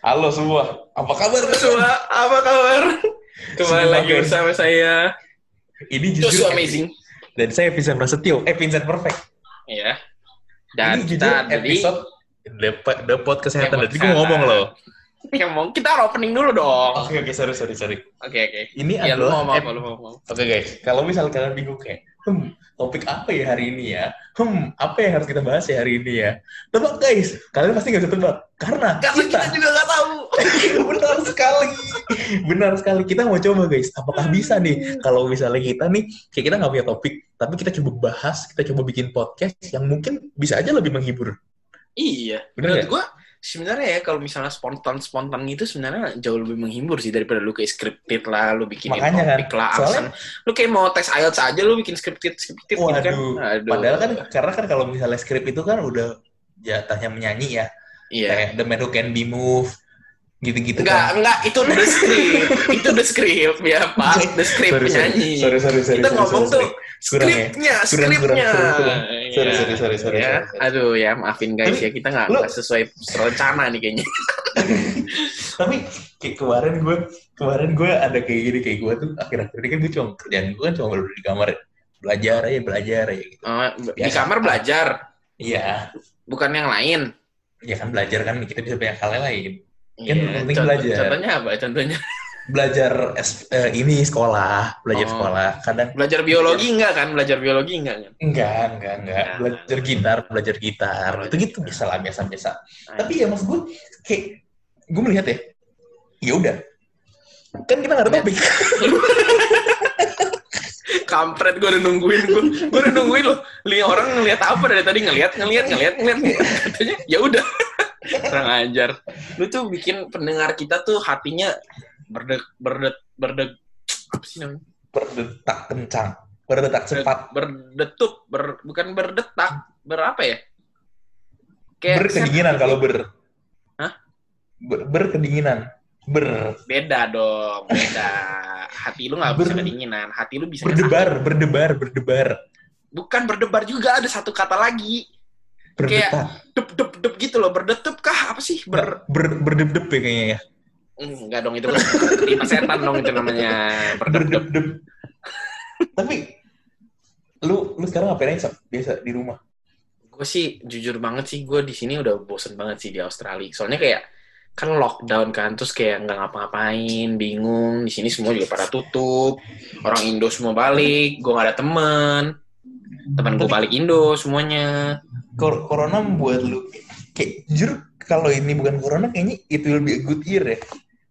Halo semua, apa kabar kalian? Semua, apa kabar? Kembali Sumpah lagi guys, bersama saya ini jujur Joshua Amazing. dan saya Vincent Prasetyo, Vincent Perfect. Ya. Ini Dan jujur kita ada di episode The Pod Kesehatan, Depot dan gue ngomong loh. Kesehatan. Kita opening dulu dong. Oke, sorry. Oke. Ini Ya lu adalah, mau apa? Lu mau. oke guys, kalau misal kalian bingung kayak, topik apa ya hari ini ya? Apa yang harus kita bahas ya hari ini ya? Tebak guys, kalian pasti nggak bisa tebak, karena Karena kita juga nggak tahu. benar sekali, benar sekali. Kita mau coba guys, apakah bisa nih kalau misalnya kita nih kayak kita nggak punya topik, tapi kita coba bahas, kita coba bikin podcast yang mungkin bisa aja lebih menghibur. Iya. Bener Menurut nggak? gua sebenarnya ya kalau misalnya spontan gitu sebenarnya jauh lebih menghibur sih daripada lu kayak scripted lah, lu bikinin Makanya topik kan, lah, alasan. soalnya, Lu kayak mau tes IELTS aja lu bikin scripted gitu kan. waduh, Aduh. padahal kan karena kan kalau misalnya skrip itu kan udah jatahnya menyanyi ya, Iya. kayak The Man Who Can Be Moved, gitu-gitu kan. Enggak, itu the script ya Pak, the script penyanyi. Sorry. Kita ngomong tuh Kurang ya? skripnya. Sorry. Ya, aduh ya maafin guys Tapi, ya kita nggak lu- sesuai rencana nih kayaknya. Tapi kayak kemarin gue ada kayak gini, kayak gue tuh akhir-akhir ini kan gue cuma baru di kamar belajar aja gitu. Di Biasa. kamar belajar, Iya, bukan yang lain. ya kan belajar kan kita bisa banyak hal lain. Kan Iya, penting belajar. contohnya apa? Contohnya Ini sekolah, belajar Oh. sekolah. Kadang belajar biologi enggak kan? Belajar biologi enggak kan? enggak. Nah. Belajar gitar. Itu gitu biasa. Nah, Tapi ya maksud gue kayak gue melihat ya. Ya udah. Kan kita nggak ada topik. kampret gue udah nungguin loh. Lihat orang ngelihat apa dari tadi ngelihat. Katanya ya udah. Kurang ajar. Lu tuh bikin pendengar kita tuh hatinya berdek apa sih namanya? Berdetak kencang, berdetak cepat, Berdetuk, bukan berdetak, berapa ya? Kayak berkedinginan kalau Hah? Berkedinginan. Beda dong, beda. Hati lu nggak bisa kedinginan, hati lu bisa Berdebar. bukan berdebar juga, ada satu kata lagi. Berdetak. Kayak dep gitu loh, berdetup kah? Apa sih? Berdep ya kayaknya ya. Enggak dong, itu kelima setan dong itu namanya. Berdep. Tapi lu sekarang ngapain aja biasa di rumah? Gue sih jujur banget sih, gue di sini udah bosen banget sih di Australia. Soalnya kayak kan lockdown kan, terus kayak nggak ngapa-ngapain, bingung. Di sini semua juga pada tutup, orang Indo semua balik, gue nggak ada teman gue balik Indo semuanya. Corona membuat lu kayak jujur kalau ini bukan corona kayaknya it will be a good year ya.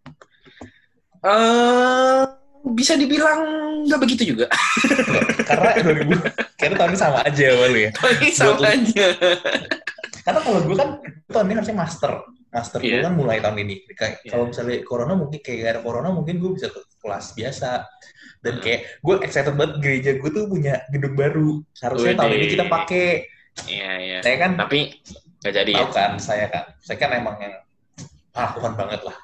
Bisa dibilang nggak begitu juga. Karena 2000 kayaknya tahun ini sama aja sama lu ya. Ini sama aja. Karena kalau gue kan tahun ini harusnya master gue Iya. kan mulai tahun ini. Kayak Iya. kalau misalnya corona mungkin kayak gak ada corona mungkin gue bisa ke kelas biasa. Dan kayak gue excited banget gereja gue tuh punya gedung baru. Harusnya tahun ini kita pakai. Iya. Saya kan Tapi nggak jadi tahu ya. kan saya kan emang yang Tuhan banget lah.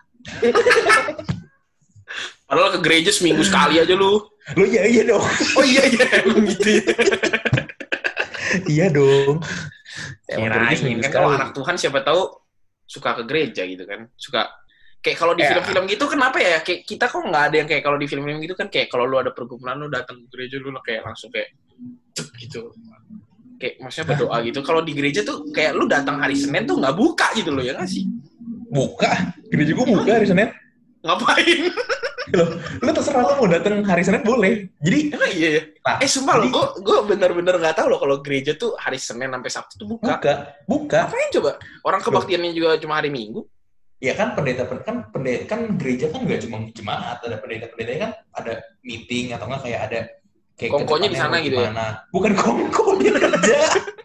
Padahal ke gereja seminggu sekali aja lu. Lo iya dong. Oh iya emang gitu ya. Iya dong. Emang gereja Kirain seminggu kan kalau sekali. anak Tuhan siapa tahu suka ke gereja gitu kan. Suka kayak kalau di Ya. film-film gitu kenapa ya? Kayak kita kok nggak ada yang kayak kalau di film-film gitu kan kayak kalau lu ada pergumulan lu datang ke gereja lu kayak langsung kayak cep gitu. Kayak maksudnya berdoa gitu. Kalau di gereja tuh kayak lu datang hari Senin tuh nggak buka gitu loh ya nggak sih? Buka. Gereja gue buka hari Senin. Ngapain? Lo terserah lo mau datang hari Senin boleh. Jadi Emang iya ya. nah, Sumpah jadi, lo, gue bener-bener nggak tahu loh kalau gereja tuh hari Senin sampai Sabtu tuh buka. buka. Ngapain coba? Orang kebaktiannya juga cuma hari Minggu. Ya kan pendeta kan gereja kan nggak cuma jemaat, ada pendeta kan ada meeting atau enggak kayak ada kayak Kongkonya di sana gitu ya. Bukan kongko dia kerja.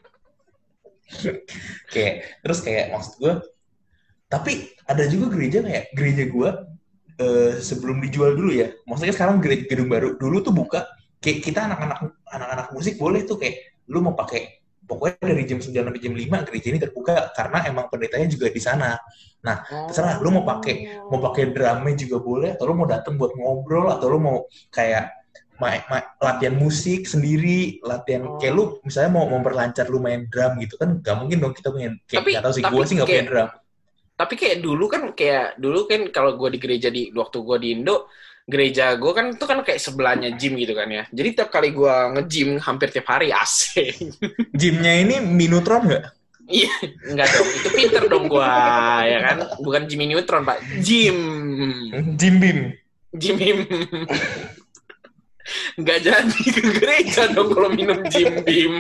Kayak terus kayak maksud gue, tapi ada juga gereja gue sebelum dijual dulu ya. Maksudnya sekarang gedung baru, dulu tuh buka kayak kita anak-anak musik boleh tuh kayak lu mau pakai pokoknya dari jam 9 sampai jam 5 gereja ini terbuka karena emang pendetanya juga di sana. Nah, terserah lu mau pakai drumnya juga boleh atau lu mau datang buat ngobrol atau lu mau kayak latihan musik sendiri, kayak lu misalnya mau memperlancar lu main drum gitu kan, gak mungkin dong kita punya kayak nggak tahu sih, gue sih nggak punya drum. Tapi kayak dulu kan kalau gue di gereja waktu gue di Indo, gereja gue kan itu kan kayak sebelahnya gym gitu kan ya. Jadi tiap kali gue nge-gym hampir tiap hari asik. Gymnya ini Minutron nggak? Iya, enggak dong. Itu pinter dong gue, ya kan? Bukan Jimmy Neutron, Pak. Jim Beam. Jim. Nggak jadi ke gereja dong kalau minum Jim Beam.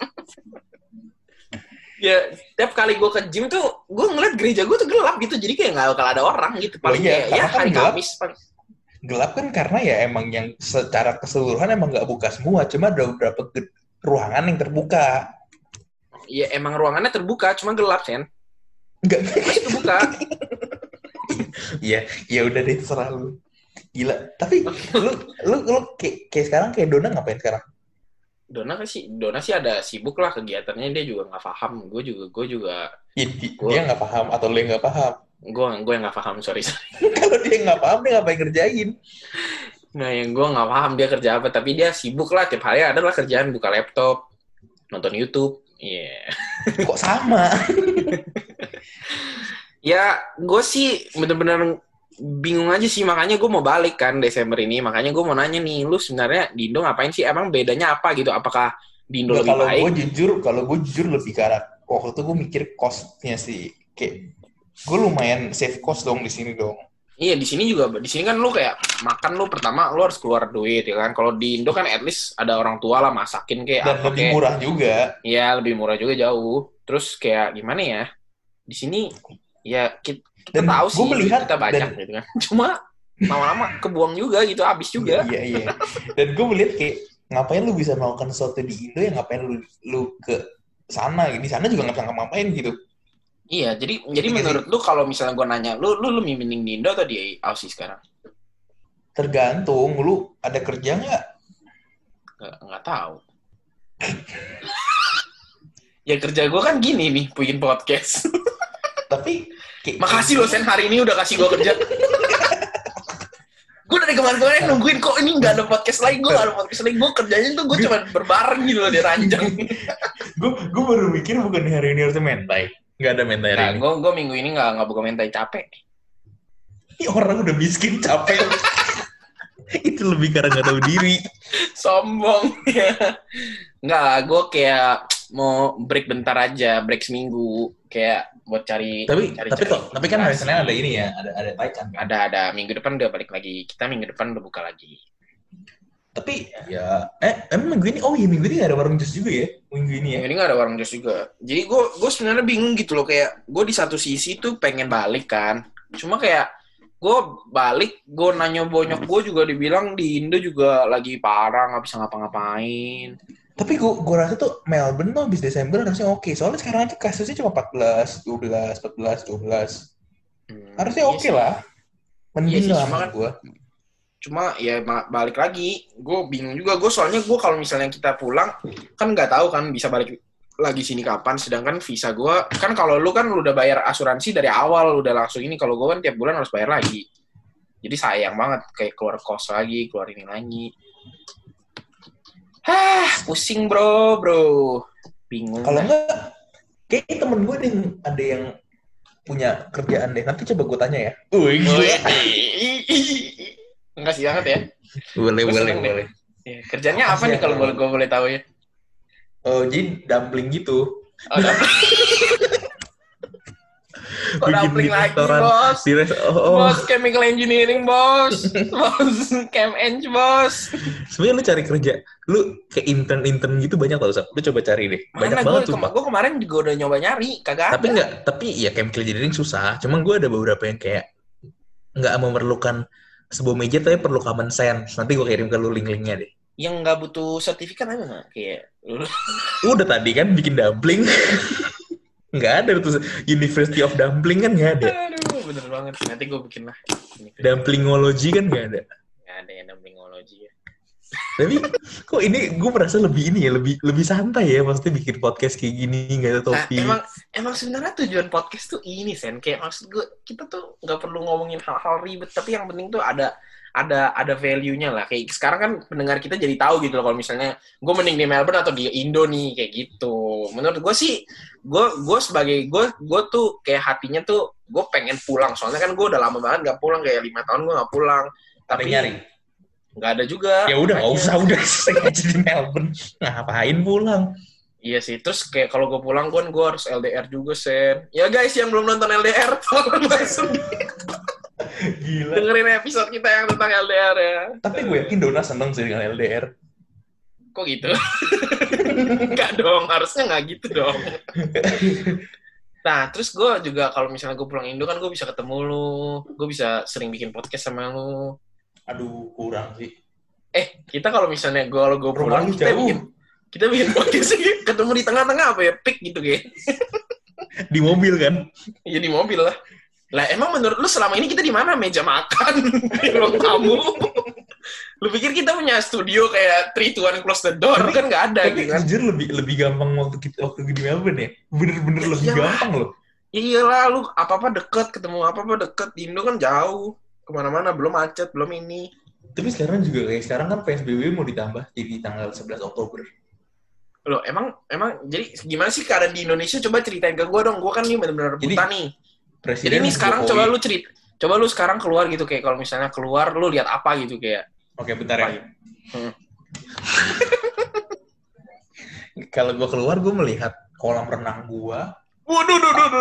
Ya, tiap kali gue ke gym tuh, gue ngeliat gereja gue tuh gelap gitu. Jadi kayak nggak bakal ada orang gitu. Paling iya, ya kan hari gelap. Kamis. Gelap kan karena ya emang yang secara keseluruhan emang nggak buka semua. Cuma ada beberapa ruangan yang terbuka. Iya, emang ruangannya terbuka, cuma gelap, Sen. Enggak. Masih terbuka. Iya, ya udah deh, terserah lu. Gila. Tapi lu kayak sekarang kayak Dona ngapain sekarang? Dona sih ada sibuk lah kegiatannya, dia juga nggak paham. Gue juga. Ya, dia nggak paham atau lu yang nggak paham? Gue yang nggak paham, sorry. Kalau dia nggak paham, dia ngapain kerjain? Nah, yang gue nggak paham dia kerja apa, tapi dia sibuk lah tiap hari adalah kerjaan buka laptop, nonton YouTube. Iya. Yeah. Kok sama? Ya, gue sih bener-bener bingung aja sih, makanya gue mau balik kan Desember ini, makanya gue mau nanya nih, lu sebenarnya di Indo ngapain sih, emang bedanya apa gitu, apakah di Indo lebih baik? Kalau gue jujur lebih ke arah, waktu itu gue mikir cost-nya sih, kayak gue lumayan save cost dong di sini dong. Iya, di sini kan lu kayak makan lu pertama lu harus keluar duit ya kan, kalau di Indo kan at least ada orang tua lah masakin kayak dan apa lebih murah juga. Iya, lebih murah juga jauh, terus kayak gimana ya, di sini ya kita tahu sih kita banyak gitu kan. Cuma lama-lama kebuang juga gitu, habis juga. Iya. Dan gue melihat kayak ngapain lu bisa melakukan sesuatu di Indo ya ngapain lu ke sana, di sana juga nggak bisa ngapain gitu. Iya, jadi menurut lu kalau misalnya gue nanya, lu mending di Indo atau di Aussie sekarang? Tergantung, lu ada kerja nggak? Nggak tahu. Ya kerja gue kan gini nih, bikin podcast. Tapi makasih lo Sen, hari ini udah kasih gue kerja. Gue dari kemarin-kemarin nungguin kok ini nggak ada podcast lagi, gue kerjanya tuh gue cuma berbareng gitu loh di ranjang. gue baru mikir bukan hari ini harusnya mentai, nggak ada mentai hari ini. Gue minggu ini nggak buka mentai, capek. Ini orang udah miskin capek. Itu lebih karena nggak tahu diri. Sombong. Nggak, gue kayak mau break bentar aja, break seminggu kayak buat cari. Tapi kan hari Senin ada ini ya, ada Taikan. Ada minggu depan udah balik lagi. Kita minggu depan udah buka lagi. Tapi ya emang minggu ini nggak ada warung jus juga ya minggu ini nggak ada warung jus juga. Jadi gue sebenarnya bingung gitu loh, kayak gue di satu sisi tuh pengen balik kan, cuma kayak gue balik, gue nanya bonyok gue juga dibilang di Indo juga lagi parah, nggak bisa ngapa-ngapain. Tapi gue rasa tuh Melbourne tuh habis Desember harusnya oke. Soalnya sekarang aja kasusnya cuma 14, 12, 14, 12. Harusnya oke lah. Mending lah sama gue. Cuma ya balik lagi, gue bingung juga. Soalnya gue kalau misalnya kita pulang, kan nggak tahu kan bisa balik lagi sini kapan. Sedangkan visa gue, kan kalau lu kan udah bayar asuransi dari awal, udah langsung ini. Kalau gue kan tiap bulan harus bayar lagi. Jadi sayang banget, kayak keluar kos lagi, keluar ini lagi. Pusing bro. Bingung. Kalau enggak, kayak temen gue ada yang punya kerjaan deh. Nanti coba gue tanya ya. Enggak sih banget ya. Boleh. Ya, kerjanya apa nih kalau gue boleh tahu ya? Oh, jadi dumpling gitu. Oh, dumpling. Kok dumpling lagi, bos? Bos, chemical engineering, bos. Bos, chem eng, bos. Sebenarnya lu cari kerja, lu kayak intern gitu banyak tau, Sab. Lu coba cari deh. Banyak banget tuh. Gue kemarin juga udah nyoba nyari, kagak ada. Tapi ya chemical engineering susah. Cuma gue ada beberapa yang kayak nggak memerlukan sebuah meja, tapi perlu common sense. Nanti gue kirim ke lu link-linknya deh. Yang nggak butuh sertifikat apa nggak? Kayak udah tadi kan bikin dumpling. Nggak ada tuh University of Dumpling kan nggak ada. Aduh, bener banget. Nanti gue bikin lah. Dumplingology kan nggak ada. Nggak ada yang dumplingology ya. Tapi kok ini gue merasa lebih ini ya, lebih santai ya, maksudnya bikin podcast kayak gini nggak ada topik. Nah, emang sebenarnya tujuan podcast tuh ini Sen, kayak maksud gue kita tuh nggak perlu ngomongin hal-hal ribet, tapi yang penting tuh ada ada value-nya lah. Kayak sekarang kan pendengar kita jadi tahu gitu loh kalau misalnya gue mending di Melbourne atau di Indo nih kayak gitu. Menurut gue sih gue sebagai gue tuh kayak hatinya tuh gue pengen pulang. Soalnya kan gue udah lama banget nggak pulang, kayak 5 tahun gue nggak pulang. Tapi Tapi nyari. nggak ada juga. Ya udah nggak makanya. usah, udah selesai aja di Melbourne. Ngapain pulang? Iya sih, terus kayak kalau gue pulang gue harus LDR juga, Sen. Ya guys, yang belum nonton LDR, tolong langsung Gila. dengerin episode kita yang tentang LDR ya. Tapi gue yakin Dona seneng sih dengan LDR. Kok gitu? Enggak dong, harusnya nggak gitu dong. Nah, terus gue juga kalau misalnya gue pulang Indo kan gue bisa ketemu lu, gue bisa sering bikin podcast sama lu. Aduh, kurang sih. Kita kalau misalnya gue pulang, Rumah lu jauh. kita bikin podcast sih, ketemu di tengah-tengah apa ya, pik gitu kayak. Di mobil kan? Iya di mobil lah. Lah emang menurut lu selama ini kita di mana? Meja makan, di ruang tamu. Lu pikir kita punya studio kayak 3, 2, 1, close the door? Kan nggak ada tapi gitu kan. jujur lebih gampang waktu di Melbourne ya. Bener-bener lebih iyalah. gampang loh. Iyalah, lu apa-apa deket, ketemu apa-apa deket. Di Indo kan jauh. Kemana-mana, belum macet, belum ini. Tapi sekarang juga kayak sekarang kan PSBB mau ditambah jadi tanggal 11 Oktober. Loh, emang jadi gimana sih keadaan di Indonesia? Coba ceritain ke gue dong. Gue kan nih bener-bener buta nih. Presiden Jadi nih sekarang Jokowi. coba lu sekarang keluar gitu kayak kalau misalnya keluar lu lihat apa gitu kayak. Oke, bentar ya. Hmm. Kalau gue keluar, gue melihat kolam renang gue. Waduh.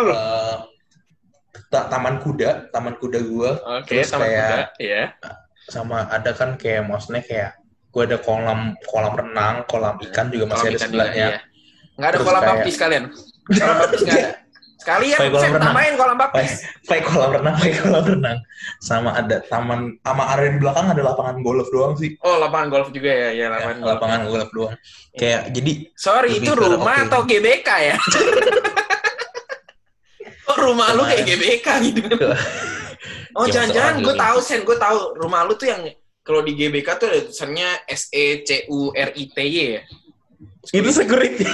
Taman kuda gue. Oke, taman kuda, ya. Sama ada kan kayak maksudnya kayak gue ada kolam renang, kolam ikan juga masih ada sebelahnya. Iya. Nggak ada kolam baptis kalian? Kolam baptis nggak ada? Sekalian saya tambahin kolam baptis. Pakai kolam renang. Sama ada taman, sama area di belakang ada lapangan golf doang sih. Oh, lapangan golf juga ya, lapangan golf doang. Kayak jadi. Sorry, itu rumah atau GBK ya? Oh, rumah lu kayak GBK gitu. Oh, jangan-jangan gue tahu rumah lu tuh yang kalau di GBK tuh ada tulisannya SECURITY ya. Itu security.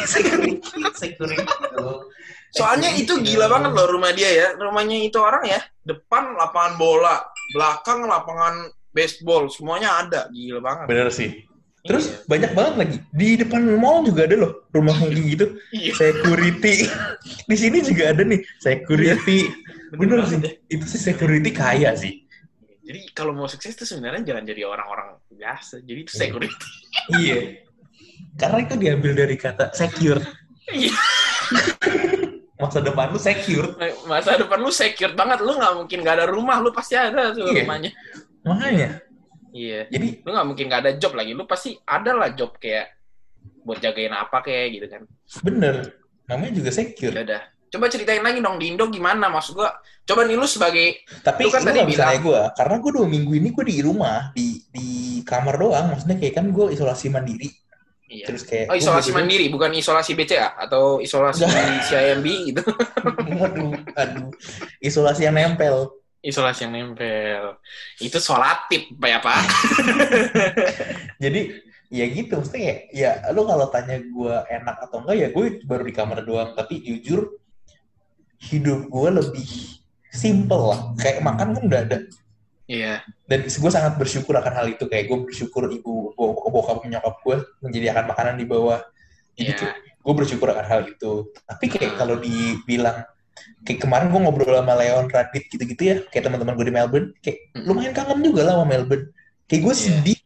Soalnya itu gila banget loh rumah dia ya. Rumahnya itu orang ya, depan lapangan bola, belakang lapangan baseball, semuanya ada. Gila banget. Bener sih. Terus banyak banget lagi. Di depan mall juga ada loh rumah yang gitu. Security. Di sini juga ada nih security. Bener sih. Itu sih security kaya sih. Jadi kalau mau sukses tuh sebenarnya jangan jadi orang-orang biasa. Jadi itu security. Iya. Karena itu diambil dari kata secure. Iya. Masa depan lu secure. Masa depan lu secure banget. Lu nggak mungkin nggak ada rumah. Lu pasti ada tuh rumahnya. Makanya. Iya. Jadi lu nggak mungkin nggak ada job lagi. Lu pasti ada lah job kayak buat jagain apa kayak gitu kan. Bener. Namanya juga secure. Udah. Coba ceritain lagi dong di Indo gimana, maksud gue. Coba nih lu sebagai... Tapi lu kan tadi bilang gue, karena gue 2 minggu ini gue di rumah, di kamar doang. Maksudnya kayak kan gue isolasi mandiri. Iya. Terus kayak, isolasi mandiri, bukan isolasi BCA? Atau isolasi CIMB gitu? Aduh. Isolasi yang nempel. Isolasi yang nempel. Itu solatif, ya Pak. Jadi... ya gitu, maksudnya ya lu kalau tanya gue enak atau enggak ya gue baru di kamar doang, tapi jujur hidup gue lebih simple lah, kayak makan kan udah ada. Iya. Dan gue sangat bersyukur akan hal itu, kayak gue bersyukur ibu bokap nyokap gue menyediakan makanan di bawah. Jadi gue bersyukur akan hal itu. Tapi kayak kalau dibilang kayak kemarin gue ngobrol sama Leon Radit gitu-gitu ya, kayak teman-teman gue di Melbourne, kayak lumayan kangen juga lah sama Melbourne. Kayak gue sedih.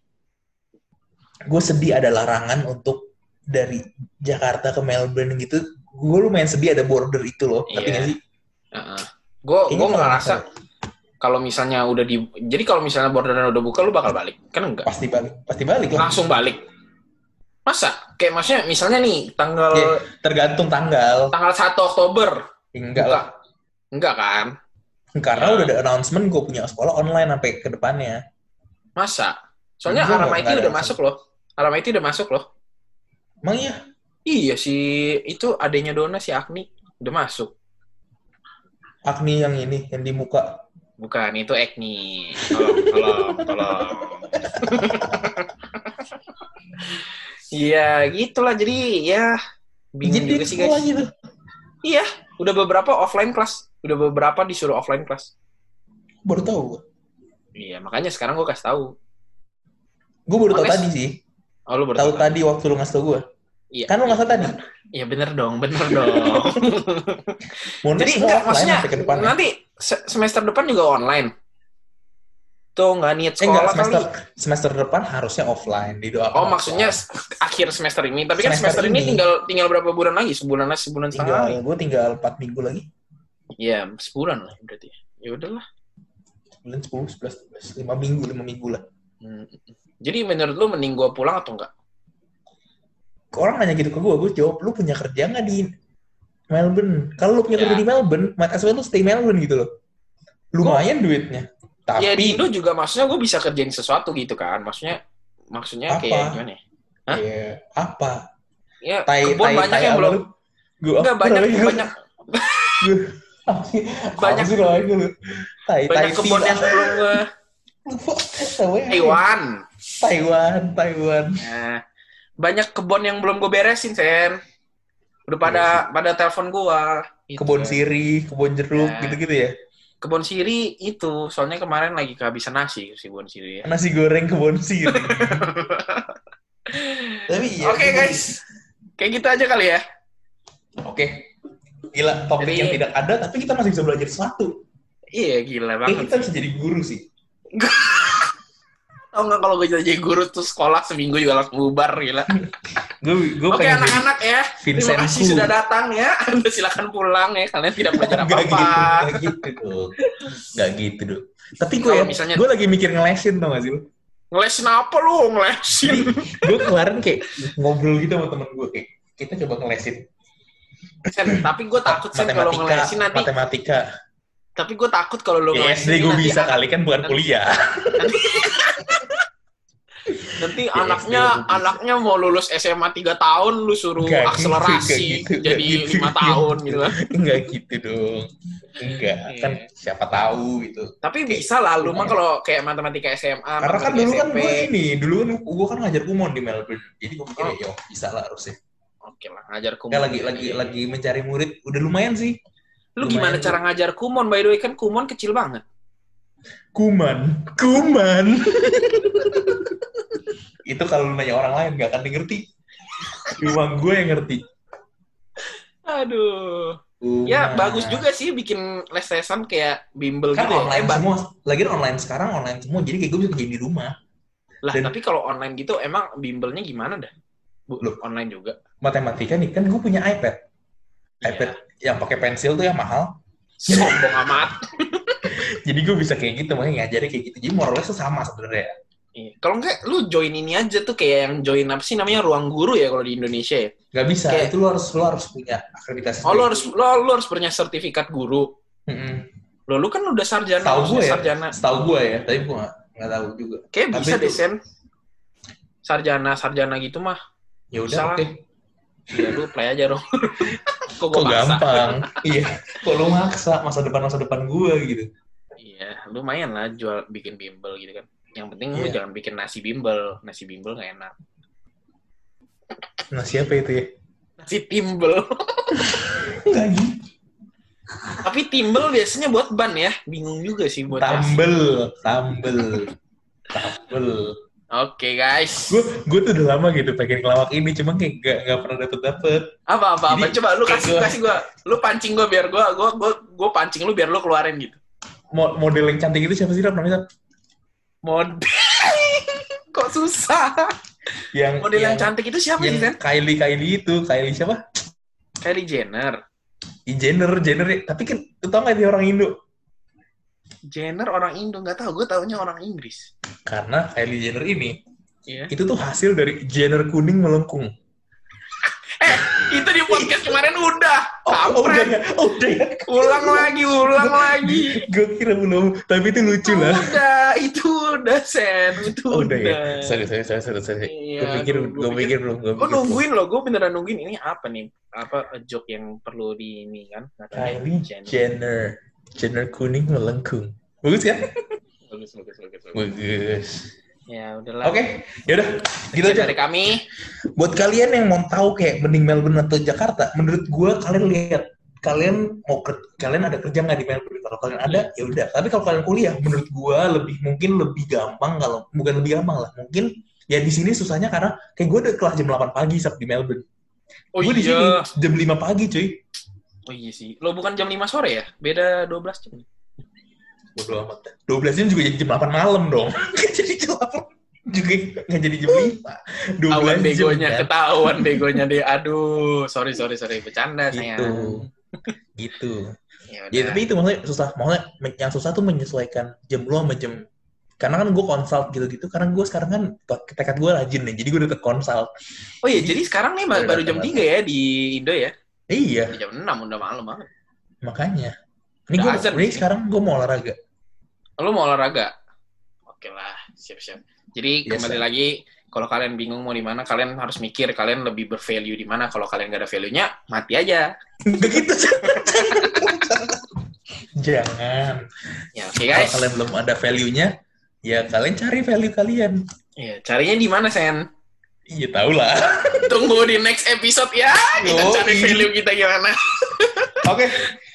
Gue sedih ada larangan untuk dari Jakarta ke Melbourne gitu. Gue lumayan sedih ada border itu loh. Ngerti gak sih? Gue ngerasa kalau misalnya udah jadi kalau misalnya bordernya udah buka, lu bakal balik? Kan enggak? Pasti balik. Langsung balik? Masa? Kayak maksudnya misalnya nih tanggal... Ya, tergantung tanggal. Tanggal 1 Oktober. Enggak lah. Enggak kan? Karena udah ada announcement gue punya sekolah online sampai ke depannya. Masa? Soalnya RMIT udah masuk loh. RMIT udah masuk loh. Emang iya? Iya sih, itu adanya Dona si Agni udah masuk. Agni yang ini, yang di muka. Bukan, itu Agni. Tolong. Iya, gitulah. Jadi ya bingung juga sih guys. Gitu. Iya, udah beberapa offline kelas. Udah beberapa disuruh offline kelas. Baru tahu gue. Iya, makanya sekarang gue kasih tahu. Gue baru tahu Honest. tadi sih. Oh, lu baru Tahu tahu tadi waktu lu ngasih tau gue. Iya. Kan lu ngasih tau tadi. Iya bener dong, bener dong. Monas Jadi semua enggak, offline maksudnya sampai ke depannya. nanti semester depan juga online. Tuh nggak niat Enggak, sekolah kali. semester depan harusnya offline, didoakan Oh, maksudnya offline. akhir semester ini. Tapi kan Semester semester ini ini. tinggal berapa bulan lagi? Sebulan setengah lagi. Gue tinggal 4 minggu lagi. Iya, sebulan lah berarti. Ya udahlah. Bulan 10, 11, 5 minggu lah. Jadi menurut lu mending gue pulang atau enggak? Orang nanya gitu ke gue jawab, lu punya kerja nggak di Melbourne? Kalau lu punya kerja di Melbourne, might as well lu stay Melbourne gitu loh. Lumayan duitnya. Tapi ya di Indo juga maksudnya gue bisa kerjain sesuatu gitu kan. Maksudnya apa? kayak gimana ya? Hah? Ya, apa? Ya, kebun banyak yang belum. Enggak banyak. Banyak sih loh lu. Banyak kebun yang belum gue. Taiwan. Nah, banyak kebun yang belum gue beresin, Sen. Udah pada telepon gue. Gitu. Kebun sirih, kebun jeruk, gitu-gitu ya. Kebun sirih itu, soalnya kemarin lagi kehabisan nasi si kebun sirih. Ya. Nasi goreng kebun sirih. Tapi iya. Oke, guys. Kayak gitu aja kali ya. Oke. Gila, topik yang tidak ada, tapi kita masih bisa belajar sesuatu. Iya, gila banget. Kita bisa jadi guru sih. Tau nggak kalau gue jadi guru tuh sekolah seminggu juga langsung bubar, gila. Oke, anak-anak ya. Terima kasih sudah datang ya. Anda silakan pulang ya. Kalian tidak belajar apa-apa. Gak gitu dong. Tapi gue lagi mikir ngelesin, tau gak sih lu? Ngelesin apa lu? Ngelesin? Gue kemarin kayak ngobrol gitu sama temen gue. Kayak, kita coba ngelesin. Sen, tapi gue takut Sen kalau ngelesin nanti. Matematika. Tapi gue takut kalau lu ngelesin. SD gue bisa kali kan bukan kuliah. Nanti anaknya mau lulus SMA 3 tahun, lu suruh akselerasi jadi 5 tahun gitu kan. Enggak gitu dong. Enggak, kan siapa tahu gitu. Tapi bisa lah lu mah kalau kayak matematika SMA. Karena kan dulu kan gue kan ngajar kumon di Melbourne. Jadi gue pikir ya bisa lah harusnya. Oke lah, ngajar kumon. Lagi mencari murid, udah lumayan sih. Lu gimana cara ngajar kumon? By the way kan kumon kecil banget. Kuman. Itu kalau lu nanya orang lain gak akan ngerti. Cuma gue yang ngerti. Aduh. Ya bagus juga sih bikin les-lesan kayak bimbel kan gitu online semua. Lagi online sekarang online semua. Jadi kayak gue bisa kerjain di rumah. Lah tapi kalau online gitu emang bimbelnya gimana dah? Loh, online juga. Matematika nih kan gue punya iPad. iPad yang pakai pensil tuh yang mahal. Sombong amat. Jadi gue bisa kayak gitu, makanya ngajarnya kayak gitu. Jadi moralnya tuh sama sebenarnya. Iya. Kalau enggak, lu join ini aja tuh kayak yang join apa sih namanya ruang guru ya kalau di Indonesia ya? Gak bisa, kayak, itu lu harus punya akreditasi. Oh, lu harus punya sertifikat guru. Lu kan udah sarjana. Setahu gue ya, tapi gue nggak tahu juga. Kayak bisa deh, Sen. Sarjana gitu mah. Ya udah, oke. Ya lu play aja dong. Kok gampang. Iya. Kok lu maksa masa depan gue gitu. Iya, lumayan lah bikin bimbel gitu kan. Yang penting lu jangan bikin nasi bimbel. Nasi bimbel nggak enak. Nasi apa itu ya? Nasi timbel. Nggak gitu. Tapi timbel biasanya buat ban ya. Bingung juga sih buat Tambel. Oke, guys. Gue tuh udah lama gitu pengen ngelawak ini, cuma kayak gak pernah dapet. Apa? Coba lu kasih gue. Lu pancing gue biar gue pancing lu biar lu keluarin gitu. Model yang cantik itu siapa sih namanya? Model. Kok susah? Model yang cantik itu siapa sih, Sen? Kylie itu. Kylie siapa? Kylie Jenner. Jenner. Tapi kan lu tau gak dia orang Indo? Jenner orang Indo, nggak tahu. Gue taunya orang Inggris. Karena Kylie Jenner ini, itu tuh hasil dari Jenner kuning melengkung. Itu di podcast kemarin udah. Udah ya. Ulang lagi. Gue kira belum, tapi itu lucu lah. Itu udah, Sen. Itu udah. Ya. Sorry. Gue pikir belum. Gue nungguin loh, gue beneran nungguin ini apa nih? Apa joke yang perlu di ini kan? Kylie Jenner kuning melengkung. Bagus kan? Bagus. Ya udahlah. Oke, yaudah. Gitu aja dari kami. Buat kalian yang mau tahu kayak mending Melbourne atau Jakarta, menurut gue kalian lihat kalian ada kerja nggak di Melbourne? Kalau kalian ada, ya udah. Tapi kalau kalian kuliah, menurut gua mungkin lebih gampang kalau bukan lebih gampang lah. Mungkin ya di sini susahnya karena kayak gue udah kelas jam 8 pagi di Melbourne. Oh Gue di sini iya. jam 5 pagi, cuy. Oh iya sih. Lo bukan jam 5 sore ya? Beda 12 jam. Bodo amat. 12 jam juga jadi jam 8 malam dong. Nggak jadi jam 8 juga nggak jadi jam 5. 12 Awan jam begonya, kan. ketahuan begonya deh. Aduh, sorry. Bercanda Gitu. sayang. Gitu. Ya Ya udah. tapi itu maksudnya susah. Maksudnya yang susah tuh menyesuaikan jam lu sama jam. Karena kan gue consult gitu-gitu. Karena gue sekarang kan tekad gue rajin nih. Jadi gue udah consult. Oh iya, jadi sekarang nih udah baru jam 3 ya di Indo ya? Iya, Di jam 6 udah malam banget. makanya. Ini Udah azan di sini. sekarang gue mau olahraga. Lo mau olahraga? Oke lah, siap-siap. Jadi Yes, kembali lagi, kalau kalian bingung mau di mana, kalian harus mikir kalian lebih bervalue di mana. Kalau kalian gak ada value-nya, mati aja. Begitu. Jangan. Ya, oke Kalau guys. kalian belum ada value-nya, ya kalian cari value kalian. Ya, carinya di mana, Sen? Iya, tau lah. Tunggu di next episode ya. Kita cari value kita gimana. Oke.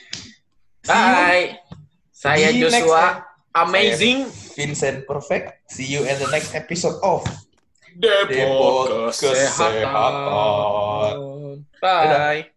Bye. Saya Di Joshua. Amazing. Vincent Perfect. See you in the next episode of Depot Kesehatan. Kesehatan. Bye.